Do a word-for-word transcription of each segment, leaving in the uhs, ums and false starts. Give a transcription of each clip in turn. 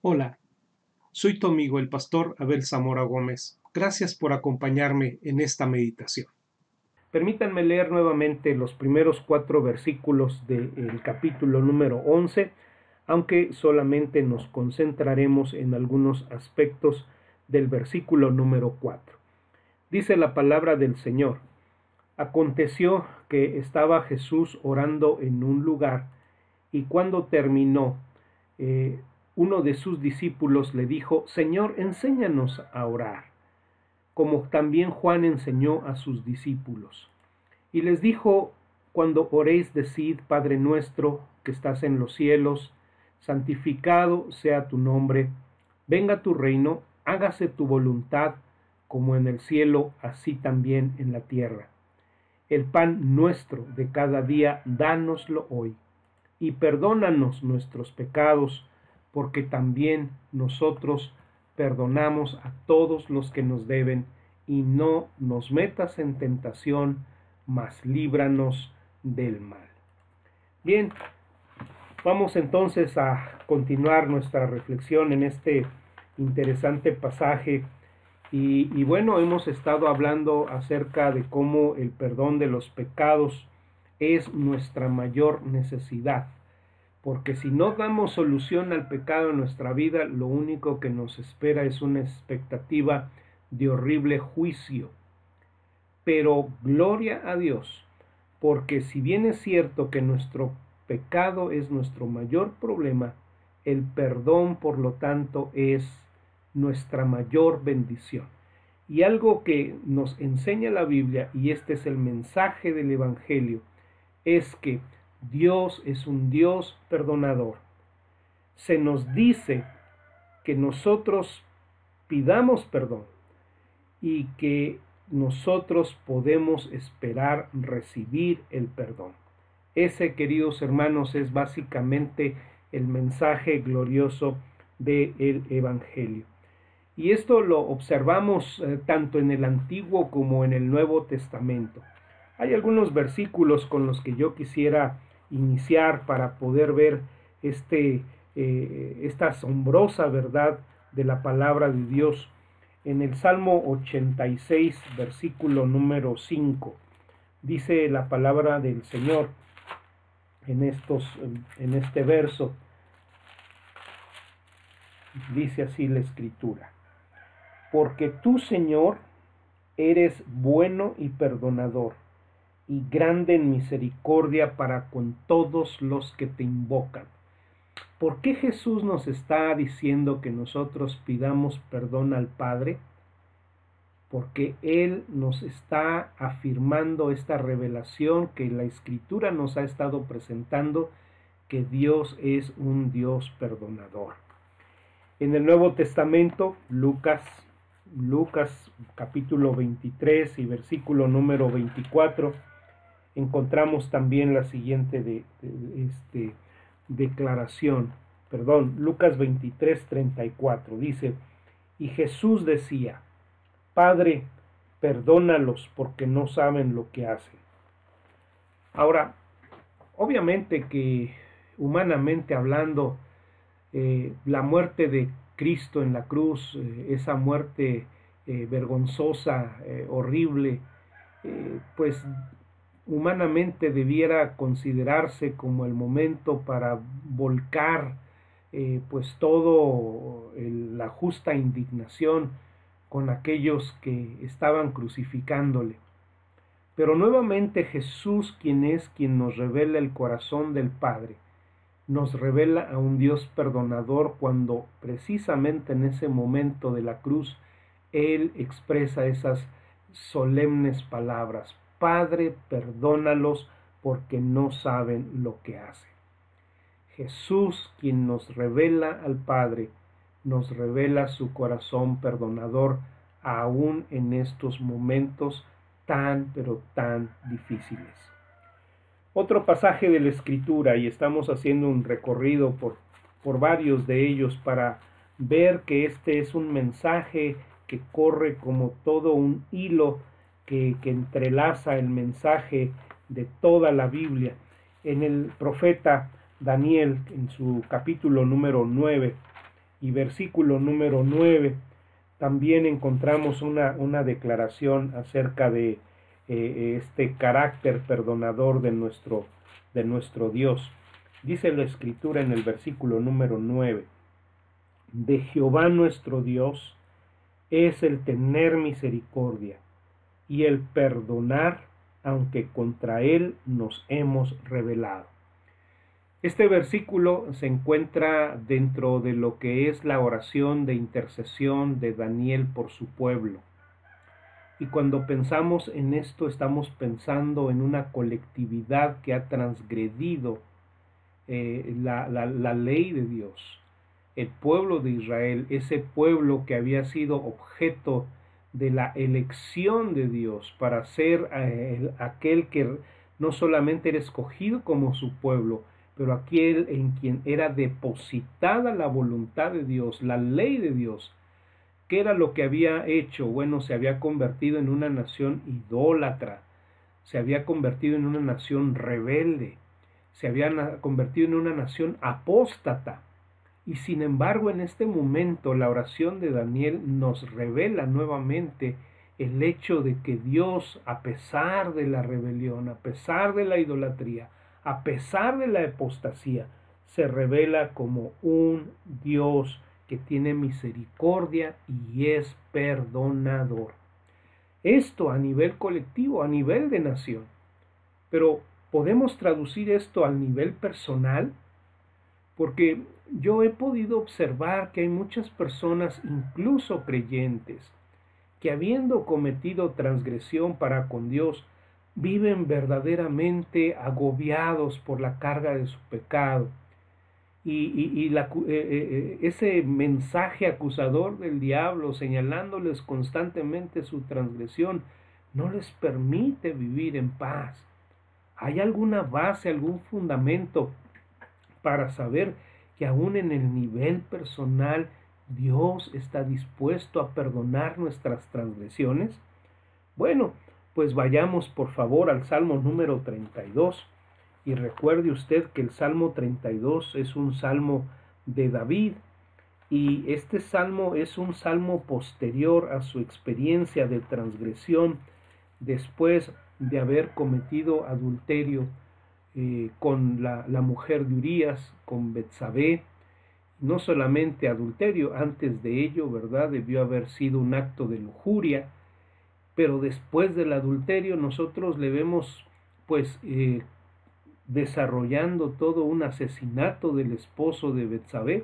Hola, soy tu amigo el pastor Abel Zamora Gómez. Gracias por acompañarme en esta meditación. Permítanme leer nuevamente los primeros cuatro versículos del capítulo número once, aunque solamente nos concentraremos en algunos aspectos del versículo número cuatro. Dice la palabra del Señor: Aconteció que estaba Jesús orando en un lugar, y cuando terminó, eh, uno de sus discípulos le dijo: Señor, enséñanos a orar, como también Juan enseñó a sus discípulos. Y les dijo: Cuando oréis, decid: Padre nuestro que estás en los cielos, santificado sea tu nombre, venga tu reino, hágase tu voluntad, como en el cielo, así también en la tierra. El pan nuestro de cada día, dánoslo hoy, y perdónanos nuestros pecados, porque también nosotros perdonamos a todos los que nos deben, y no nos metas en tentación, mas líbranos del mal. Bien, vamos entonces a continuar nuestra reflexión en este interesante pasaje. Y, y bueno, hemos estado hablando acerca de cómo el perdón de los pecados es nuestra mayor necesidad. Porque si no damos solución al pecado en nuestra vida, lo único que nos espera es una expectativa de horrible juicio. Pero gloria a Dios, porque si bien es cierto que nuestro pecado es nuestro mayor problema, el perdón, por lo tanto, es nuestra mayor bendición. Y algo que nos enseña la Biblia, y este es el mensaje del Evangelio, es que Dios es un Dios perdonador. Se nos dice que nosotros pidamos perdón y que nosotros podemos esperar recibir el perdón. Ese, queridos hermanos, es básicamente el mensaje glorioso del Evangelio. Y esto lo observamos eh, tanto en el Antiguo como en el Nuevo Testamento. Hay algunos versículos con los que yo quisiera iniciar para poder ver este, eh, esta asombrosa verdad de la palabra de Dios. En el Salmo ochenta y seis, versículo número cinco, dice la palabra del Señor en, estos, en este verso, dice así la Escritura: Porque tú, Señor, eres bueno y perdonador, y grande en misericordia para con todos los que te invocan. ¿Por qué Jesús nos está diciendo que nosotros pidamos perdón al Padre? Porque Él nos está afirmando esta revelación que la Escritura nos ha estado presentando, que Dios es un Dios perdonador. En el Nuevo Testamento, Lucas, Lucas capítulo veintitrés y versículo número veinticuatro, encontramos también la siguiente de, de, este, declaración. Perdón, Lucas veintitrés, treinta y cuatro, dice: Y Jesús decía: Padre, perdónalos porque no saben lo que hacen. Ahora, obviamente que humanamente hablando, eh, la muerte de Cristo en la cruz, eh, esa muerte eh, vergonzosa, eh, horrible, eh, pues humanamente debiera considerarse como el momento para volcar eh, pues todo el, la justa indignación con aquellos que estaban crucificándole. Pero nuevamente Jesús, quien es quien nos revela el corazón del Padre, nos revela a un Dios perdonador cuando precisamente en ese momento de la cruz Él expresa esas solemnes palabras: Padre, perdónalos porque no saben lo que hacen. Jesús, quien nos revela al Padre, nos revela su corazón perdonador aún en estos momentos tan, pero tan difíciles. Otro pasaje de la Escritura, y estamos haciendo un recorrido por, por varios de ellos para ver que este es un mensaje que corre como todo un hilo que, que entrelaza el mensaje de toda la Biblia. En el profeta Daniel, en su capítulo número nueve, y versículo número nueve, también encontramos una, una declaración acerca de eh, este carácter perdonador de nuestro, de nuestro Dios. Dice la Escritura en el versículo número nueve, de Jehová nuestro Dios es el tener misericordia y el perdonar, aunque contra él nos hemos rebelado. Este versículo se encuentra dentro de lo que es la oración de intercesión de Daniel por su pueblo. Y cuando pensamos en esto, estamos pensando en una colectividad que ha transgredido eh, la, la, la ley de Dios. El pueblo de Israel, ese pueblo que había sido objeto de la elección de Dios para ser eh, aquel que no solamente era escogido como su pueblo, pero aquel en quien era depositada la voluntad de Dios, la ley de Dios. ¿Qué era lo que había hecho? Bueno, se había convertido en una nación idólatra, se había convertido en una nación rebelde, se había convertido en una nación apóstata. Y sin embargo, en este momento, la oración de Daniel nos revela nuevamente el hecho de que Dios, a pesar de la rebelión, a pesar de la idolatría, a pesar de la apostasía, se revela como un Dios que tiene misericordia y es perdonador. Esto a nivel colectivo, a nivel de nación. Pero ¿podemos traducir esto al nivel personal? Porque yo he podido observar que hay muchas personas, incluso creyentes, que habiendo cometido transgresión para con Dios, viven verdaderamente agobiados por la carga de su pecado. Y, y, y la, eh, eh, ese mensaje acusador del diablo señalándoles constantemente su transgresión no les permite vivir en paz. ¿Hay alguna base, algún fundamento para saber que aún en el nivel personal Dios está dispuesto a perdonar nuestras transgresiones? Bueno, pues vayamos por favor al Salmo número treinta y dos. Y recuerde usted que el Salmo treinta y dos es un salmo de David, y este salmo es un salmo posterior a su experiencia de transgresión después de haber cometido adulterio eh, con la, la mujer de Urías, con Betsabé. No solamente adulterio, antes de ello, ¿verdad? Debió haber sido un acto de lujuria, pero después del adulterio nosotros le vemos pues eh, desarrollando todo un asesinato del esposo de Betsabé,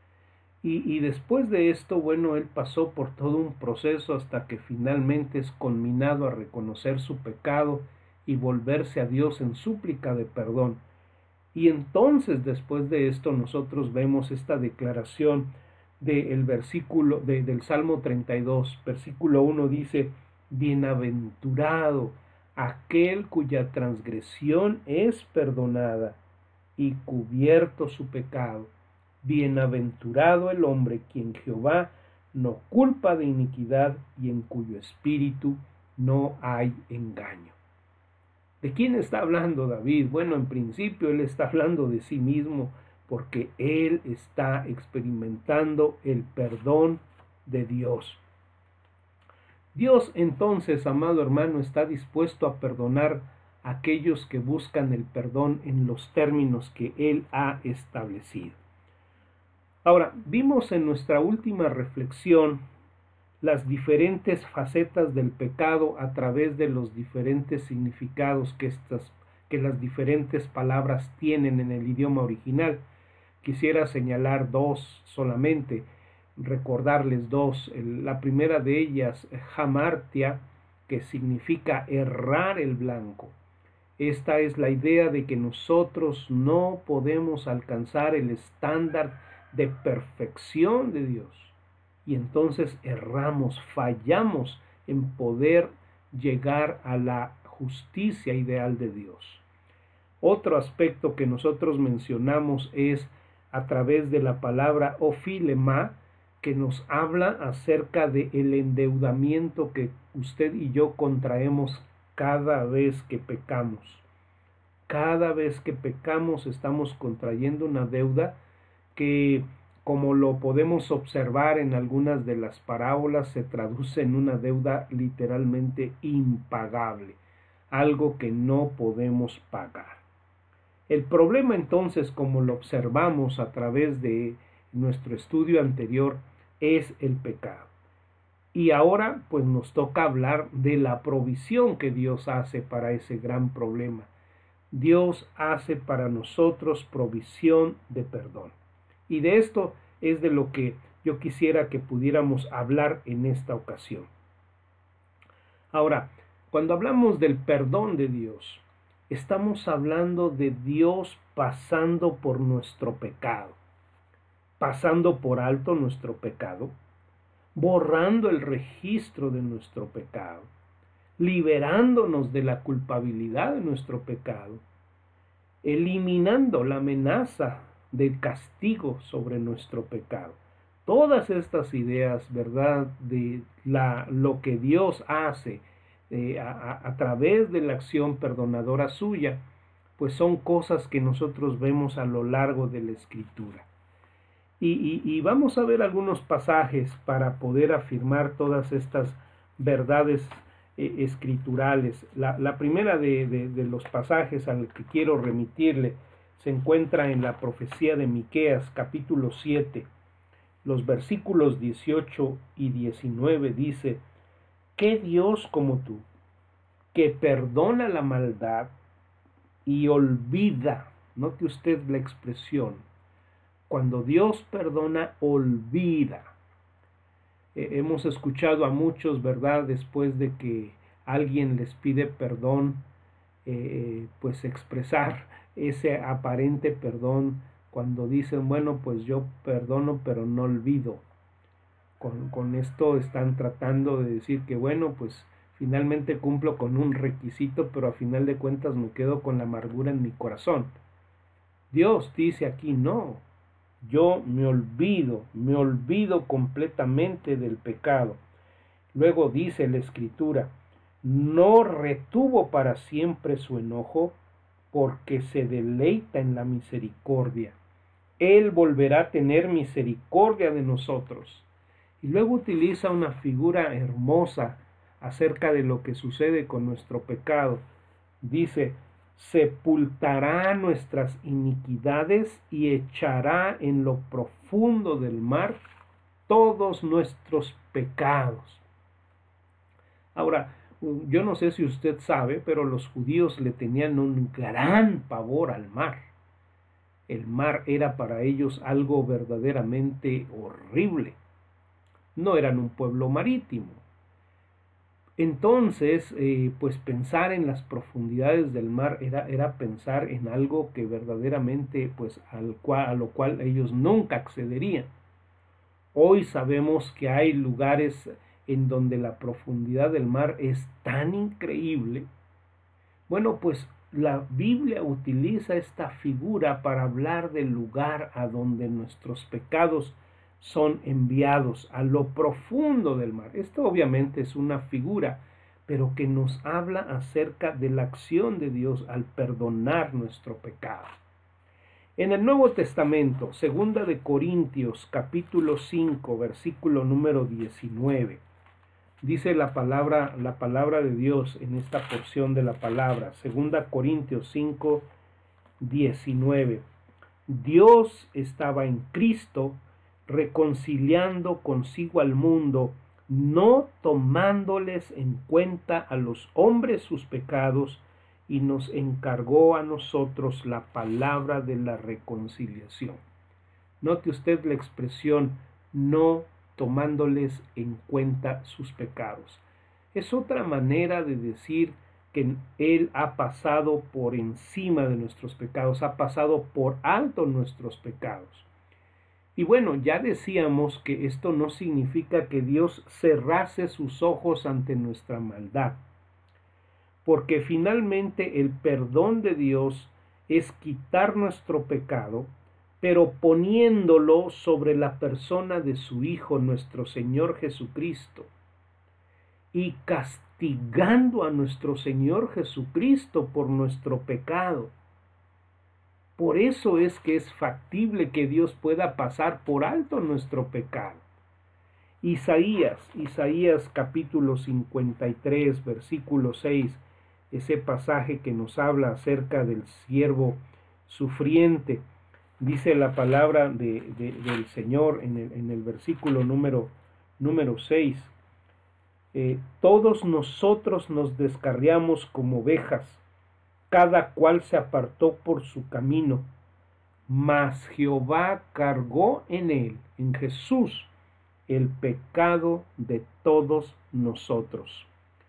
y, y después de esto, bueno, él pasó por todo un proceso hasta que finalmente es conminado a reconocer su pecado y volverse a Dios en súplica de perdón. Y entonces después de esto nosotros vemos esta declaración del versículo de, del Salmo treinta y dos, versículo uno dice: bienaventurado aquel cuya transgresión es perdonada y cubierto su pecado. Bienaventurado el hombre quien Jehová no culpa de iniquidad y en cuyo espíritu no hay engaño. ¿De quién está hablando David? Bueno, en principio él está hablando de sí mismo, porque él está experimentando el perdón de Dios. Dios entonces, amado hermano, está dispuesto a perdonar a aquellos que buscan el perdón en los términos que él ha establecido. Ahora, vimos en nuestra última reflexión las diferentes facetas del pecado a través de los diferentes significados que, estas, que las diferentes palabras tienen en el idioma original. Quisiera señalar dos solamente, recordarles dos. La primera de ellas, hamartia, que significa errar el blanco. Esta es la idea de que nosotros no podemos alcanzar el estándar de perfección de Dios. Y entonces erramos, fallamos en poder llegar a la justicia ideal de Dios. Otro aspecto que nosotros mencionamos es a través de la palabra ofilema, que nos habla acerca del endeudamiento que usted y yo contraemos cada vez que pecamos. Cada vez que pecamos estamos contrayendo una deuda que como lo podemos observar en algunas de las parábolas, se traduce en una deuda literalmente impagable, algo que no podemos pagar. El problema entonces, como lo observamos a través de nuestro estudio anterior, es el pecado. Y ahora pues nos toca hablar de la provisión que Dios hace para ese gran problema. Dios hace para nosotros provisión de perdón. Y de esto es de lo que yo quisiera que pudiéramos hablar en esta ocasión. Ahora, cuando hablamos del perdón de Dios, estamos hablando de Dios pasando por nuestro pecado, pasando por alto nuestro pecado, borrando el registro de nuestro pecado, liberándonos de la culpabilidad de nuestro pecado, eliminando la amenaza del castigo sobre nuestro pecado. Todas estas ideas, ¿verdad?, de la, lo que Dios hace eh, a, a través de la acción perdonadora suya, pues son cosas que nosotros vemos a lo largo de la Escritura. Y, y, y vamos a ver algunos pasajes para poder afirmar todas estas verdades eh, escriturales. La, la primera de, de, de los pasajes al que quiero remitirle se encuentra en la profecía de Miqueas, capítulo siete, los versículos dieciocho y diecinueve. Dice: ¿qué Dios como tú, que perdona la maldad y olvida? Note usted la expresión. Cuando Dios perdona, olvida. Eh, hemos escuchado a muchos, ¿verdad?, después de que alguien les pide perdón, eh, pues expresar ese aparente perdón cuando dicen, bueno, pues yo perdono pero no olvido. Con, con esto están tratando de decir que, bueno, pues finalmente cumplo con un requisito, pero a final de cuentas me quedo con la amargura en mi corazón. Dios dice aquí, no, yo me olvido, me olvido completamente del pecado. Luego dice la Escritura, no retuvo para siempre su enojo, porque se deleita en la misericordia. Él volverá a tener misericordia de nosotros. Y luego utiliza una figura hermosa acerca de lo que sucede con nuestro pecado. Dice, sepultará nuestras iniquidades y echará en lo profundo del mar todos nuestros pecados. Ahora, yo no sé si usted sabe, pero los judíos le tenían un gran pavor al mar. El mar era para ellos algo verdaderamente horrible. No eran un pueblo marítimo. Entonces, eh, pues pensar en las profundidades del mar era, era pensar en algo que verdaderamente, pues al cual, a lo cual ellos nunca accederían. Hoy sabemos que hay lugares en donde la profundidad del mar es tan increíble. Bueno, pues la Biblia utiliza esta figura para hablar del lugar a donde nuestros pecados son enviados, a lo profundo del mar. Esto obviamente es una figura, pero que nos habla acerca de la acción de Dios al perdonar nuestro pecado. En el Nuevo Testamento, segunda de Corintios, capítulo cinco, versículo número diecinueve, dice la palabra, la palabra de Dios en esta porción de la palabra, segunda Corintios cinco, diecinueve. Dios estaba en Cristo reconciliando consigo al mundo, no tomándoles en cuenta a los hombres sus pecados, y nos encargó a nosotros la palabra de la reconciliación. Note usted la expresión, no tomándoles en cuenta sus pecados. Es otra manera de decir que Él ha pasado por encima de nuestros pecados, ha pasado por alto nuestros pecados. Y bueno, ya decíamos que esto no significa que Dios cerrase sus ojos ante nuestra maldad, porque finalmente el perdón de Dios es quitar nuestro pecado, pero poniéndolo sobre la persona de su Hijo, nuestro Señor Jesucristo, y castigando a nuestro Señor Jesucristo por nuestro pecado. Por eso es que es factible que Dios pueda pasar por alto nuestro pecado. Isaías, Isaías capítulo cincuenta y tres, versículo seis, ese pasaje que nos habla acerca del siervo sufriente, dice la palabra de, de, del Señor en el, en el versículo número, número seis, eh, todos nosotros nos descarriamos como ovejas, cada cual se apartó por su camino, mas Jehová cargó en él, en Jesús, el pecado de todos nosotros.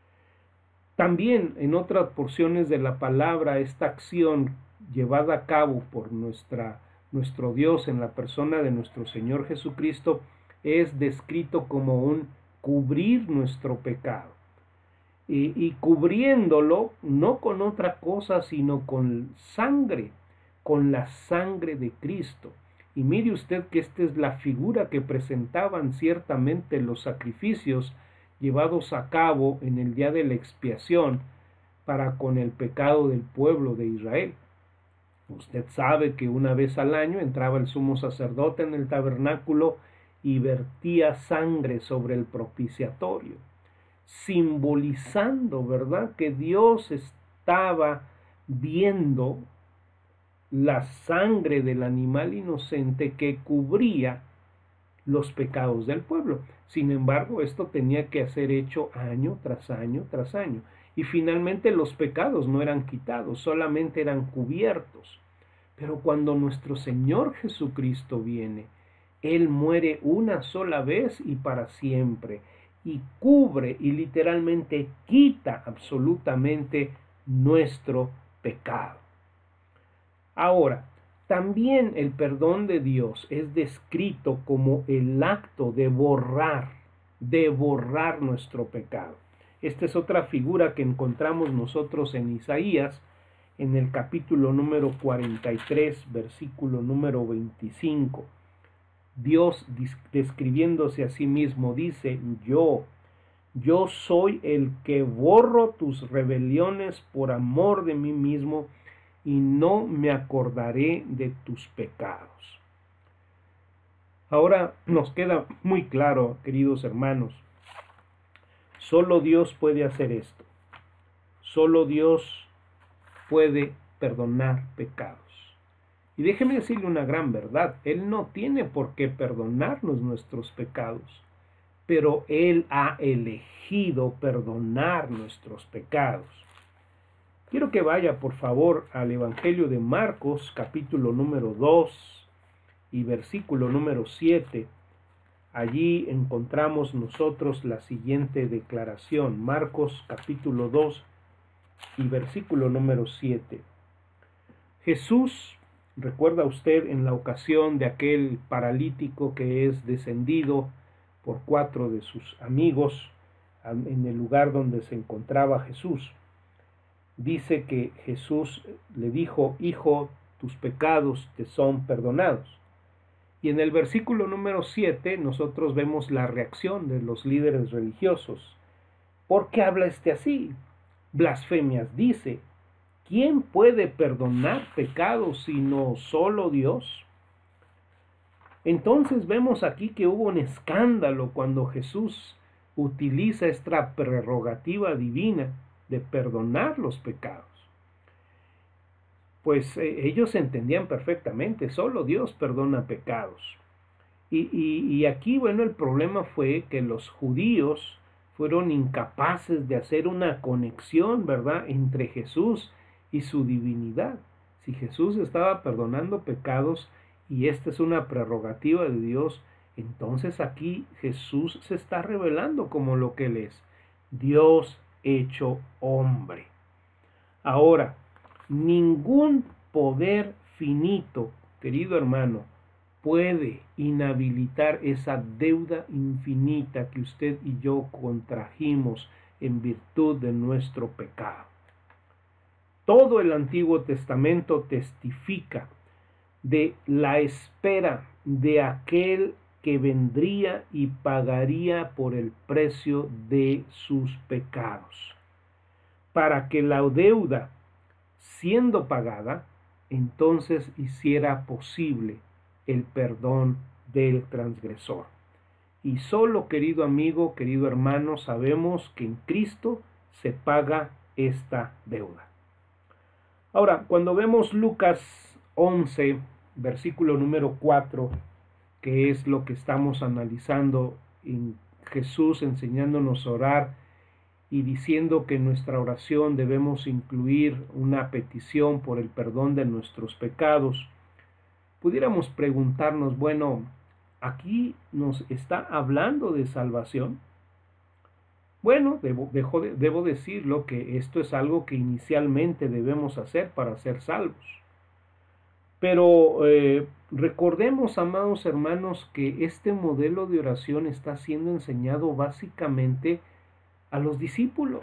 También en otras porciones de la palabra, esta acción llevada a cabo por nuestra, nuestro Dios en la persona de nuestro Señor Jesucristo es descrito como un cubrir nuestro pecado. Y, y cubriéndolo no con otra cosa, sino con sangre, con la sangre de Cristo. Y mire usted que esta es la figura que presentaban ciertamente los sacrificios llevados a cabo en el día de la expiación para con el pecado del pueblo de Israel. Usted sabe que una vez al año entraba el sumo sacerdote en el tabernáculo y vertía sangre sobre el propiciatorio, simbolizando, ¿verdad?, que Dios estaba viendo la sangre del animal inocente que cubría los pecados del pueblo. Sin embargo, esto tenía que ser hecho año tras año tras año. Y finalmente los pecados no eran quitados, solamente eran cubiertos. Pero cuando nuestro Señor Jesucristo viene, Él muere una sola vez y para siempre, y cubre y literalmente quita absolutamente nuestro pecado. Ahora, también el perdón de Dios es descrito como el acto de borrar, de borrar nuestro pecado. Esta es otra figura que encontramos nosotros en Isaías, en el capítulo número cuarenta y tres, versículo número veinticinco. Dios, describiéndose a sí mismo, dice: yo, yo soy el que borro tus rebeliones por amor de mí mismo, y no me acordaré de tus pecados. Ahora nos queda muy claro, queridos hermanos, solo Dios puede hacer esto. Solo Dios puede perdonar pecados. Y déjeme decirle una gran verdad: Él no tiene por qué perdonarnos nuestros pecados, pero Él ha elegido perdonar nuestros pecados. Quiero que vaya, por favor, al Evangelio de Marcos, capítulo número dos y versículo número siete. Allí encontramos nosotros la siguiente declaración. Marcos, capítulo dos y versículo número siete. Jesús, recuerda usted en la ocasión de aquel paralítico que es descendido por cuatro de sus amigos en el lugar donde se encontraba Jesús. Dice que Jesús le dijo: hijo, tus pecados te son perdonados. Y en el versículo número siete nosotros vemos la reacción de los líderes religiosos. ¿Por qué habla este así? Blasfemias dice. ¿Quién puede perdonar pecados sino solo Dios? Entonces vemos aquí que hubo un escándalo cuando Jesús utiliza esta prerrogativa divina de perdonar los pecados. Pues eh, ellos entendían perfectamente, solo Dios perdona pecados. Y, y, y aquí, bueno, el problema fue que los judíos fueron incapaces de hacer una conexión, ¿verdad?, entre Jesús y su divinidad. Si Jesús estaba perdonando pecados y esta es una prerrogativa de Dios, entonces aquí Jesús se está revelando como lo que Él es, Dios hecho hombre. Ahora, ningún poder finito, querido hermano, puede inhabilitar esa deuda infinita que usted y yo contrajimos en virtud de nuestro pecado. Todo el Antiguo Testamento testifica de la espera de aquel que vendría y pagaría por el precio de sus pecados, para que la deuda, siendo pagada, entonces hiciera posible el perdón del transgresor. Y solo, querido amigo, querido hermano, sabemos que en Cristo se paga esta deuda. Ahora, cuando vemos Lucas once, versículo número cuatro, que es lo que estamos analizando en Jesús enseñándonos a orar y diciendo que en nuestra oración debemos incluir una petición por el perdón de nuestros pecados, pudiéramos preguntarnos, bueno, ¿aquí nos está hablando de salvación? Bueno, debo, dejo, debo decirlo que esto es algo que inicialmente debemos hacer para ser salvos. Pero eh, recordemos, amados hermanos, que este modelo de oración está siendo enseñado básicamente a los discípulos,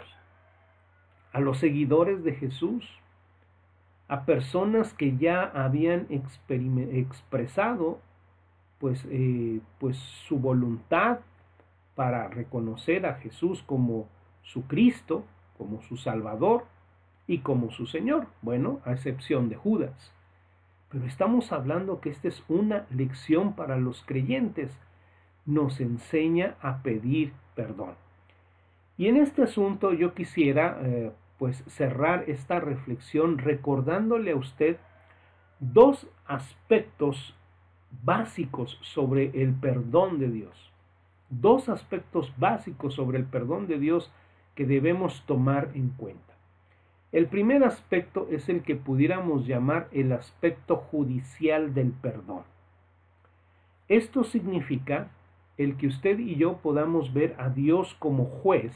a los seguidores de Jesús, a personas que ya habían expresado pues, eh, pues su voluntad para reconocer a Jesús como su Cristo, como su Salvador y como su Señor, bueno, a excepción de Judas. Pero estamos hablando que esta es una lección para los creyentes, nos enseña a pedir perdón. Y en este asunto yo quisiera eh, pues cerrar esta reflexión recordándole a usted dos aspectos básicos sobre el perdón de Dios. Dos aspectos básicos sobre el perdón de Dios que debemos tomar en cuenta. El primer aspecto es el que pudiéramos llamar el aspecto judicial del perdón. Esto significa el que usted y yo podamos ver a Dios como juez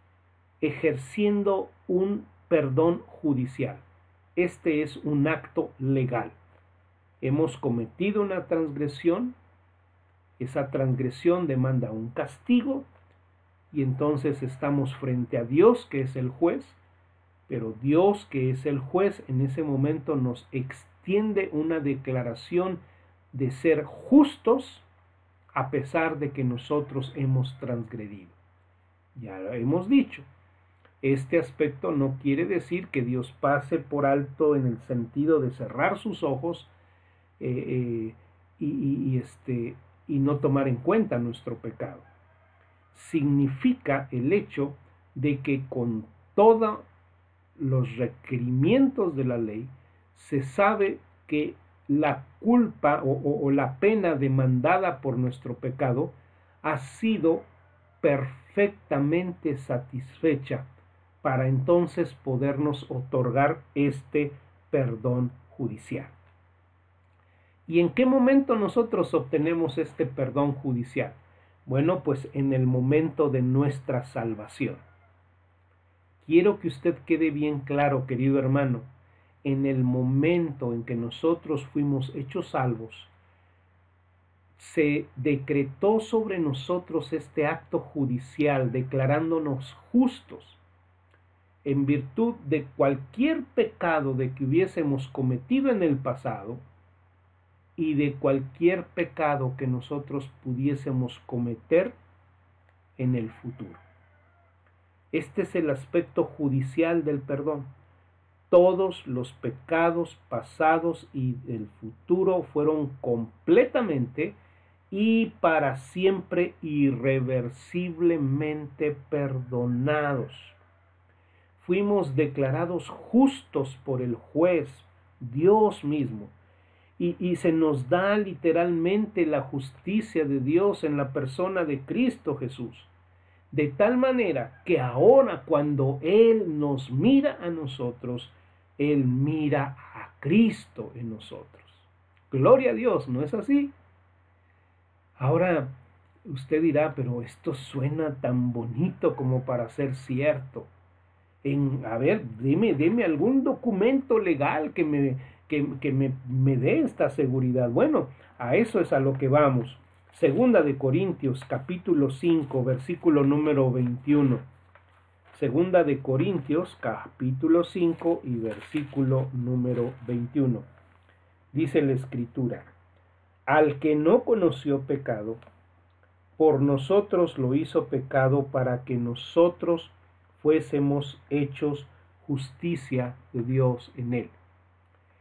ejerciendo un perdón judicial. Este es un acto legal. Hemos cometido una transgresión, esa transgresión demanda un castigo y entonces estamos frente a Dios, que es el juez, pero Dios, que es el juez, en ese momento nos extiende una declaración de ser justos a pesar de que nosotros hemos transgredido. Ya lo hemos dicho, este aspecto no quiere decir que Dios pase por alto en el sentido de cerrar sus ojos eh, eh, y, y, y, este, y no tomar en cuenta nuestro pecado. Significa el hecho de que con todos los requerimientos de la ley se sabe que la culpa o, o, o la pena demandada por nuestro pecado ha sido perfectamente satisfecha para entonces podernos otorgar este perdón judicial. ¿Y en qué momento nosotros obtenemos este perdón judicial? Bueno, pues en el momento de nuestra salvación. Quiero que usted quede bien claro, querido hermano, en el momento en que nosotros fuimos hechos salvos, se decretó sobre nosotros este acto judicial declarándonos justos en virtud de cualquier pecado de que hubiésemos cometido en el pasado y de cualquier pecado que nosotros pudiésemos cometer en el futuro. Este es el aspecto judicial del perdón. Todos los pecados pasados y del futuro fueron completamente y para siempre irreversiblemente perdonados. Fuimos declarados justos por el juez, Dios mismo, y, y se nos da literalmente la justicia de Dios en la persona de Cristo Jesús. De tal manera que ahora cuando Él nos mira a nosotros, Él mira a Cristo en nosotros. Gloria a Dios, ¿no es así? Ahora usted dirá, pero esto suena tan bonito como para ser cierto. En, a ver, dime, dime algún documento legal que, me, que, que me, me dé esta seguridad. Bueno, a eso es a lo que vamos. Segunda de Corintios, capítulo cinco, versículo número veintiuno. Segunda de Corintios, capítulo cinco y versículo número veintiuno. Dice la Escritura: al que no conoció pecado, por nosotros lo hizo pecado para que nosotros fuésemos hechos justicia de Dios en él.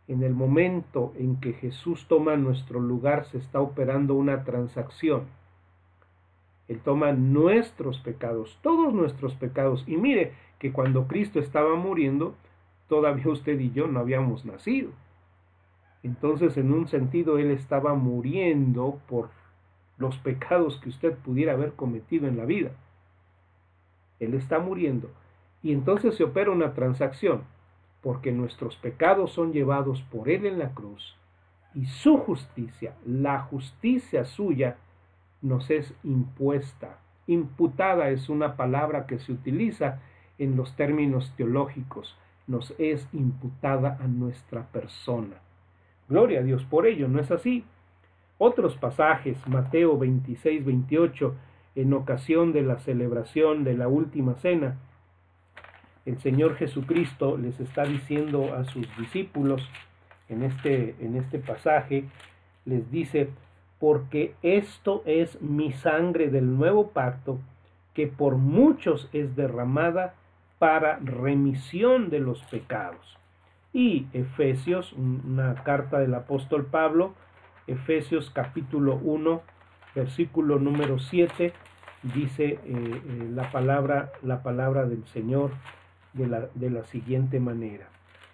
En el momento en que Jesús toma nuestro lugar, se está operando una transacción. Él toma nuestros pecados, todos nuestros pecados. Y mire que cuando Cristo estaba muriendo, todavía usted y yo no habíamos nacido. Entonces, en un sentido, Él estaba muriendo por los pecados que usted pudiera haber cometido en la vida. Él está muriendo. Y entonces se opera una transacción, porque nuestros pecados son llevados por Él en la cruz, y su justicia, la justicia suya, nos es impuesta. Imputada es una palabra que se utiliza en los términos teológicos. Nos es imputada a nuestra persona. Gloria a Dios por ello, ¿no es así? Otros pasajes, Mateo veintiséis, veintiocho, en ocasión de la celebración de la última cena, el Señor Jesucristo les está diciendo a sus discípulos, en este, en este pasaje, les dice: porque esto es mi sangre del nuevo pacto, que por muchos es derramada para remisión de los pecados. Y Efesios, una carta del apóstol Pablo, Efesios capítulo uno, versículo número siete, dice eh, eh, la, palabra, la palabra del Señor de la, de la siguiente manera.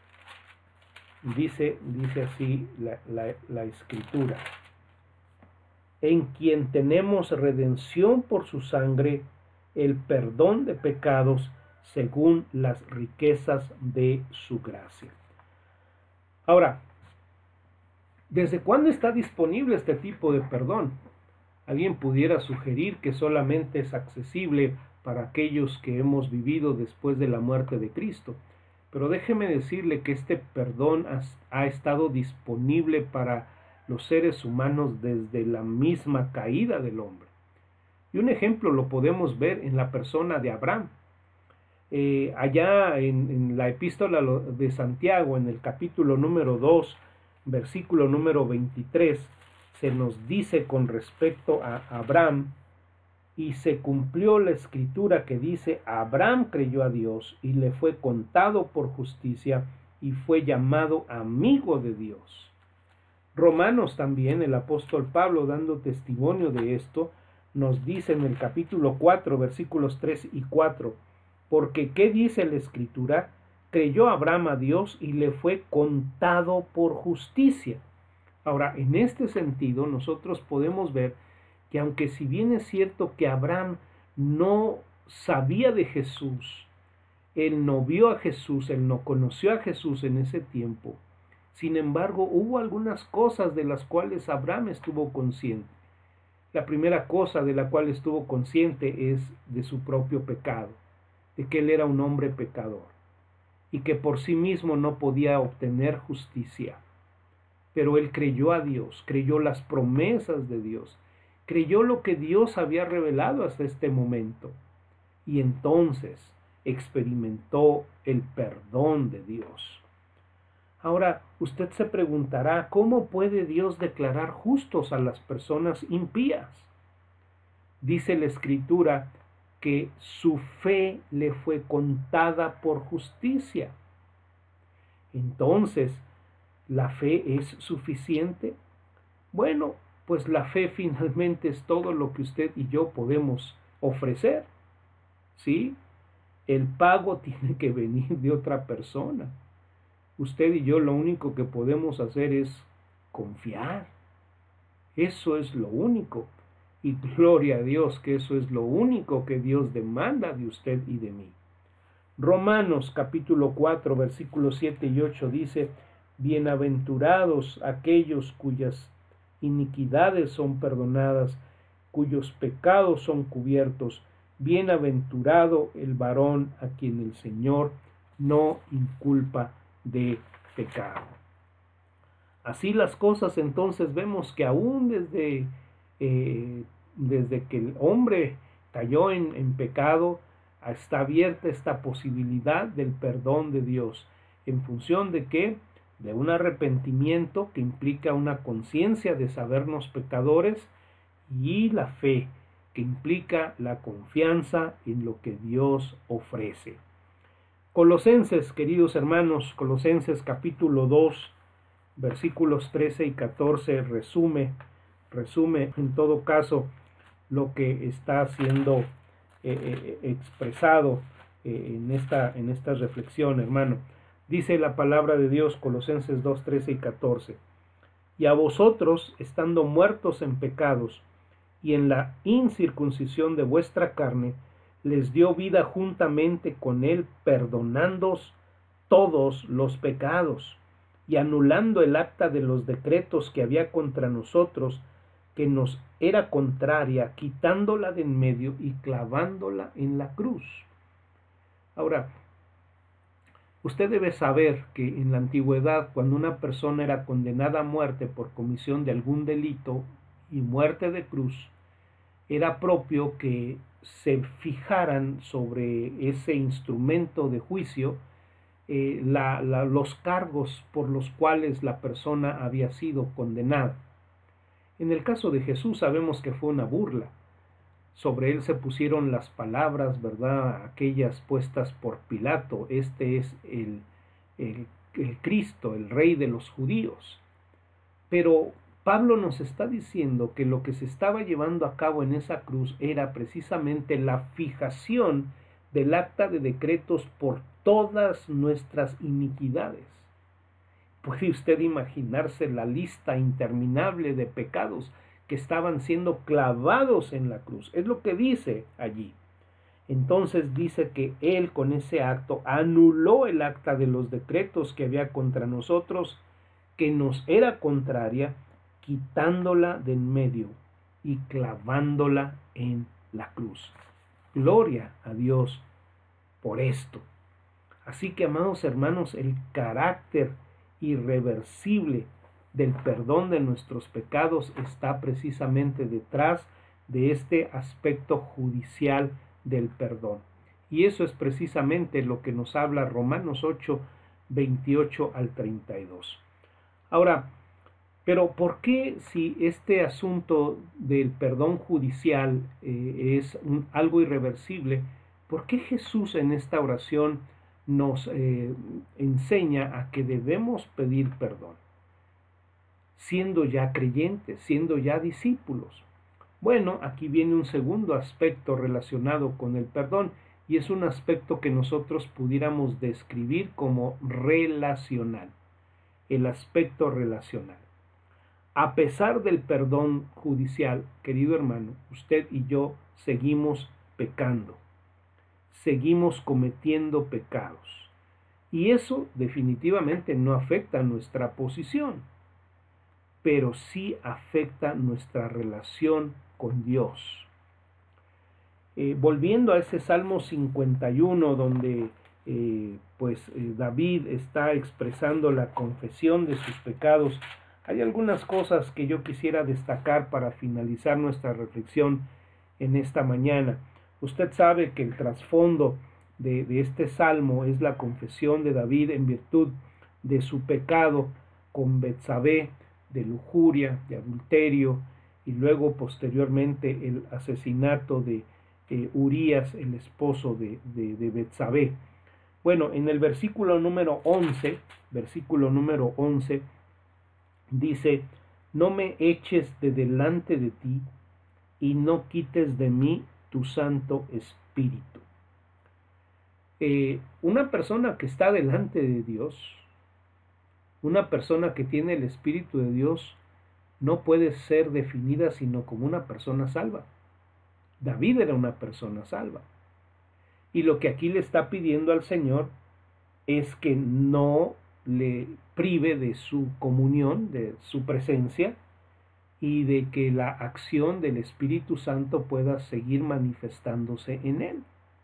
Dice, dice así la, la, la Escritura: en quien tenemos redención por su sangre, el perdón de pecados según las riquezas de su gracia. Ahora, ¿desde cuándo está disponible este tipo de perdón? Alguien pudiera sugerir que solamente es accesible para aquellos que hemos vivido después de la muerte de Cristo. Pero déjeme decirle que este perdón ha, ha estado disponible para los seres humanos desde la misma caída del hombre. Y un ejemplo lo podemos ver en la persona de Abraham. Eh, allá en, en la epístola de Santiago, en el capítulo número dos, versículo número veintitrés, se nos dice con respecto a Abraham: y se cumplió la escritura que dice: Abraham creyó a Dios y le fue contado por justicia y fue llamado amigo de Dios. Romanos también, el apóstol Pablo, dando testimonio de esto, nos dice en el capítulo cuatro, versículos tres y cuatro: porque ¿qué dice la escritura? Creyó Abraham a Dios y le fue contado por justicia. Ahora, en este sentido, nosotros podemos ver que aunque si bien es cierto que Abraham no sabía de Jesús, él no vio a Jesús, él no conoció a Jesús en ese tiempo, sin embargo, hubo algunas cosas de las cuales Abraham estuvo consciente. La primera cosa de la cual estuvo consciente es de su propio pecado, de que él era un hombre pecador y que por sí mismo no podía obtener justicia. Pero él creyó a Dios, creyó las promesas de Dios, creyó lo que Dios había revelado hasta este momento, y entonces experimentó el perdón de Dios. Ahora, usted se preguntará, ¿cómo puede Dios declarar justos a las personas impías? Dice la Escritura que su fe le fue contada por justicia. Entonces, ¿la fe es suficiente? Bueno, pues la fe finalmente es todo lo que usted y yo podemos ofrecer, ¿sí? El pago tiene que venir de otra persona. Usted y yo lo único que podemos hacer es confiar. Eso es lo único. Y gloria a Dios que eso es lo único que Dios demanda de usted y de mí. Romanos capítulo cuatro, versículos siete y ocho dice: bienaventurados aquellos cuyas iniquidades son perdonadas, cuyos pecados son cubiertos. Bienaventurado el varón a quien el Señor no inculpa de pecado. Así las cosas, entonces vemos que aún desde, eh, desde que el hombre cayó en, en pecado, está abierta esta posibilidad del perdón de Dios. ¿En función de qué? De un arrepentimiento que implica una conciencia de sabernos pecadores, y la fe, que implica la confianza en lo que Dios ofrece. Colosenses, queridos hermanos, Colosenses capítulo dos, versículos trece y catorce resume, resume en todo caso lo que está siendo eh, eh, expresado eh, en, esta, en esta reflexión, hermano. Dice la palabra de Dios, Colosenses dos, trece y catorce. Y a vosotros, estando muertos en pecados y en la incircuncisión de vuestra carne, les dio vida juntamente con él, perdonándoos todos los pecados, y anulando el acta de los decretos que había contra nosotros, que nos era contraria, quitándola de en medio y clavándola en la cruz. Ahora, usted debe saber que en la antigüedad, cuando una persona era condenada a muerte por comisión de algún delito y muerte de cruz, era propio que se fijaran sobre ese instrumento de juicio eh, la, la, los cargos por los cuales la persona había sido condenada. En el caso de Jesús sabemos que fue una burla. Sobre él se pusieron las palabras, ¿verdad?, aquellas puestas por Pilato: este es el, el, el Cristo, el Rey de los judíos. Pero Pablo nos está diciendo que lo que se estaba llevando a cabo en esa cruz era precisamente la fijación del acta de decretos por todas nuestras iniquidades. ¿Puede usted imaginarse la lista interminable de pecados que estaban siendo clavados en la cruz? Es lo que dice allí. Entonces dice que él con ese acto anuló el acta de los decretos que había contra nosotros, que nos era contraria, quitándola de en medio y clavándola en la cruz. Gloria a Dios por esto. Así que, amados hermanos, el carácter irreversible del perdón de nuestros pecados está precisamente detrás de este aspecto judicial del perdón. Y eso es precisamente lo que nos habla Romanos ocho, veintiocho al treinta y dos. Ahora, pero ¿por qué, si este asunto del perdón judicial eh, es un, algo irreversible, por qué Jesús en esta oración nos eh, enseña a que debemos pedir perdón, siendo ya creyentes, siendo ya discípulos? Bueno, aquí viene un segundo aspecto relacionado con el perdón, y es un aspecto que nosotros pudiéramos describir como relacional, el aspecto relacional. A pesar del perdón judicial, querido hermano, usted y yo seguimos pecando, seguimos cometiendo pecados, y eso definitivamente no afecta nuestra posición, pero sí afecta nuestra relación con Dios. Eh, volviendo a ese Salmo cincuenta y uno, donde eh, pues eh, David está expresando la confesión de sus pecados, hay algunas cosas que yo quisiera destacar para finalizar nuestra reflexión en esta mañana. Usted sabe que el trasfondo de, de este salmo es la confesión de David en virtud de su pecado con Betsabé, de lujuria, de adulterio, y luego posteriormente el asesinato de eh, Urías, el esposo de, de, de Betsabé. Bueno, en el versículo número once, versículo número once, dice: no me eches de delante de ti y no quites de mí tu Santo Espíritu. Eh, una persona que está delante de Dios, una persona que tiene el Espíritu de Dios, no puede ser definida sino como una persona salva. David era una persona salva. Y lo que aquí le está pidiendo al Señor es que no le prive de su comunión, de su presencia, y de que la acción del Espíritu Santo pueda seguir manifestándose en él.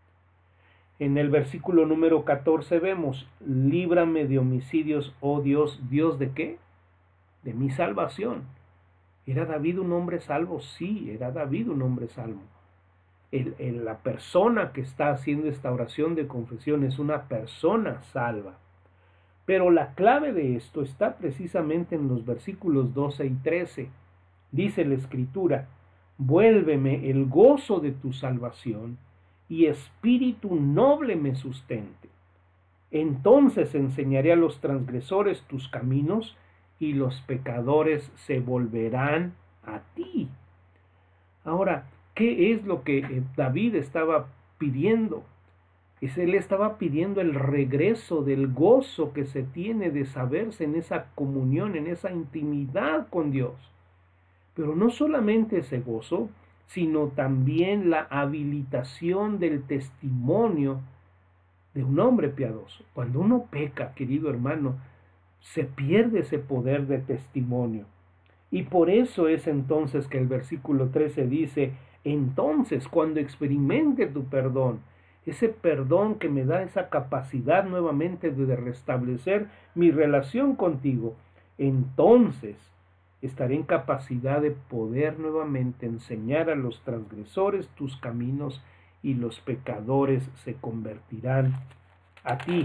En el versículo número catorce vemos: líbrame de homicidios, oh Dios. ¿Dios de qué? De mi salvación. ¿Era David un hombre salvo? Sí, era David un hombre salvo. El, el, la persona que está haciendo esta oración de confesión es una persona salva. Pero la clave de esto está precisamente en los versículos doce y trece. Dice la Escritura: vuélveme el gozo de tu salvación, y espíritu noble me sustente. Entonces enseñaré a los transgresores tus caminos, y los pecadores se volverán a ti. Ahora, ¿qué es lo que David estaba pidiendo? Es, él estaba pidiendo el regreso del gozo que se tiene de saberse en esa comunión, en esa intimidad con Dios. Pero no solamente ese gozo, sino también la habilitación del testimonio de un hombre piadoso. Cuando uno peca, querido hermano, se pierde ese poder de testimonio. Y por eso es entonces que el versículo trece dice, entonces cuando experimente tu perdón, ese perdón que me da esa capacidad nuevamente de restablecer mi relación contigo, entonces estaré en capacidad de poder nuevamente enseñar a los transgresores tus caminos y los pecadores se convertirán a ti.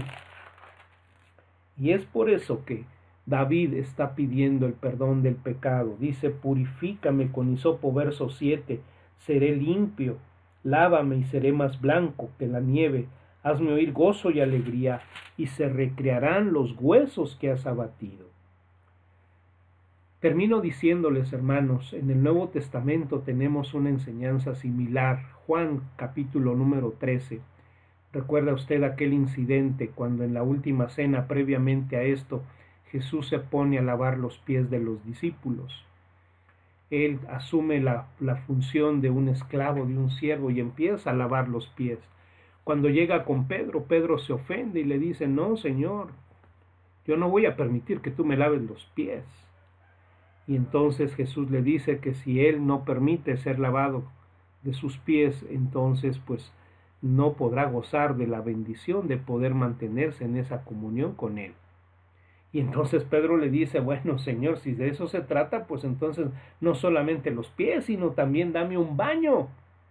Y es por eso que David está pidiendo el perdón del pecado. Dice, purifícame con hisopo, verso siete, seré limpio, lávame y seré más blanco que la nieve, hazme oír gozo y alegría, y se recrearán los huesos que has abatido. Termino diciéndoles, hermanos, en el Nuevo Testamento tenemos una enseñanza similar. Juan capítulo número trece. ¿Recuerda usted aquel incidente cuando en la última cena, previamente a esto, Jesús se pone a lavar los pies de los discípulos? Él asume la, la función de un esclavo, de un siervo, y empieza a lavar los pies. Cuando llega con Pedro, Pedro se ofende y le dice, no, Señor, yo no voy a permitir que tú me laves los pies. Y entonces Jesús le dice que si él no permite ser lavado de sus pies, entonces pues no podrá gozar de la bendición de poder mantenerse en esa comunión con él. Y entonces Pedro le dice, bueno, Señor, si de eso se trata, pues entonces no solamente los pies, sino también dame un baño.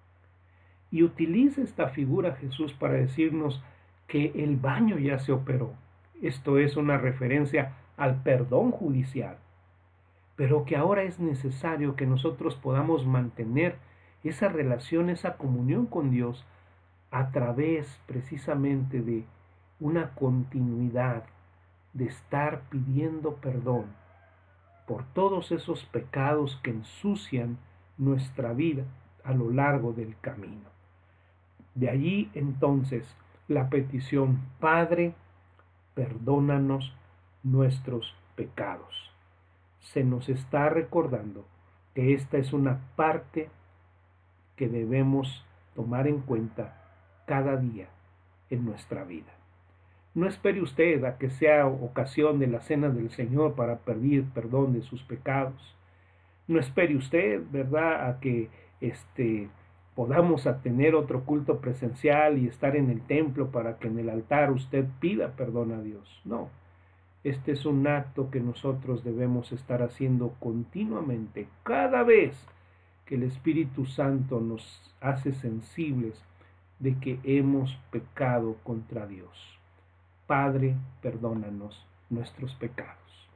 Y utiliza esta figura Jesús para decirnos que el baño ya se operó. Esto es una referencia al perdón judicial, pero que ahora es necesario que nosotros podamos mantener esa relación, esa comunión con Dios a través precisamente de una continuidad de estar pidiendo perdón por todos esos pecados que ensucian nuestra vida a lo largo del camino. De allí entonces la petición, Padre, perdónanos nuestros pecados. Se nos está recordando que esta es una parte que debemos tomar en cuenta cada día en nuestra vida. No espere usted a que sea ocasión de la cena del Señor para pedir perdón de sus pecados. No espere usted, ¿verdad?, a que este, podamos a tener otro culto presencial y estar en el templo para que en el altar usted pida perdón a Dios. No. Este es un acto que nosotros debemos estar haciendo continuamente, cada vez que el Espíritu Santo nos hace sensibles de que hemos pecado contra Dios. Padre, perdónanos nuestros pecados.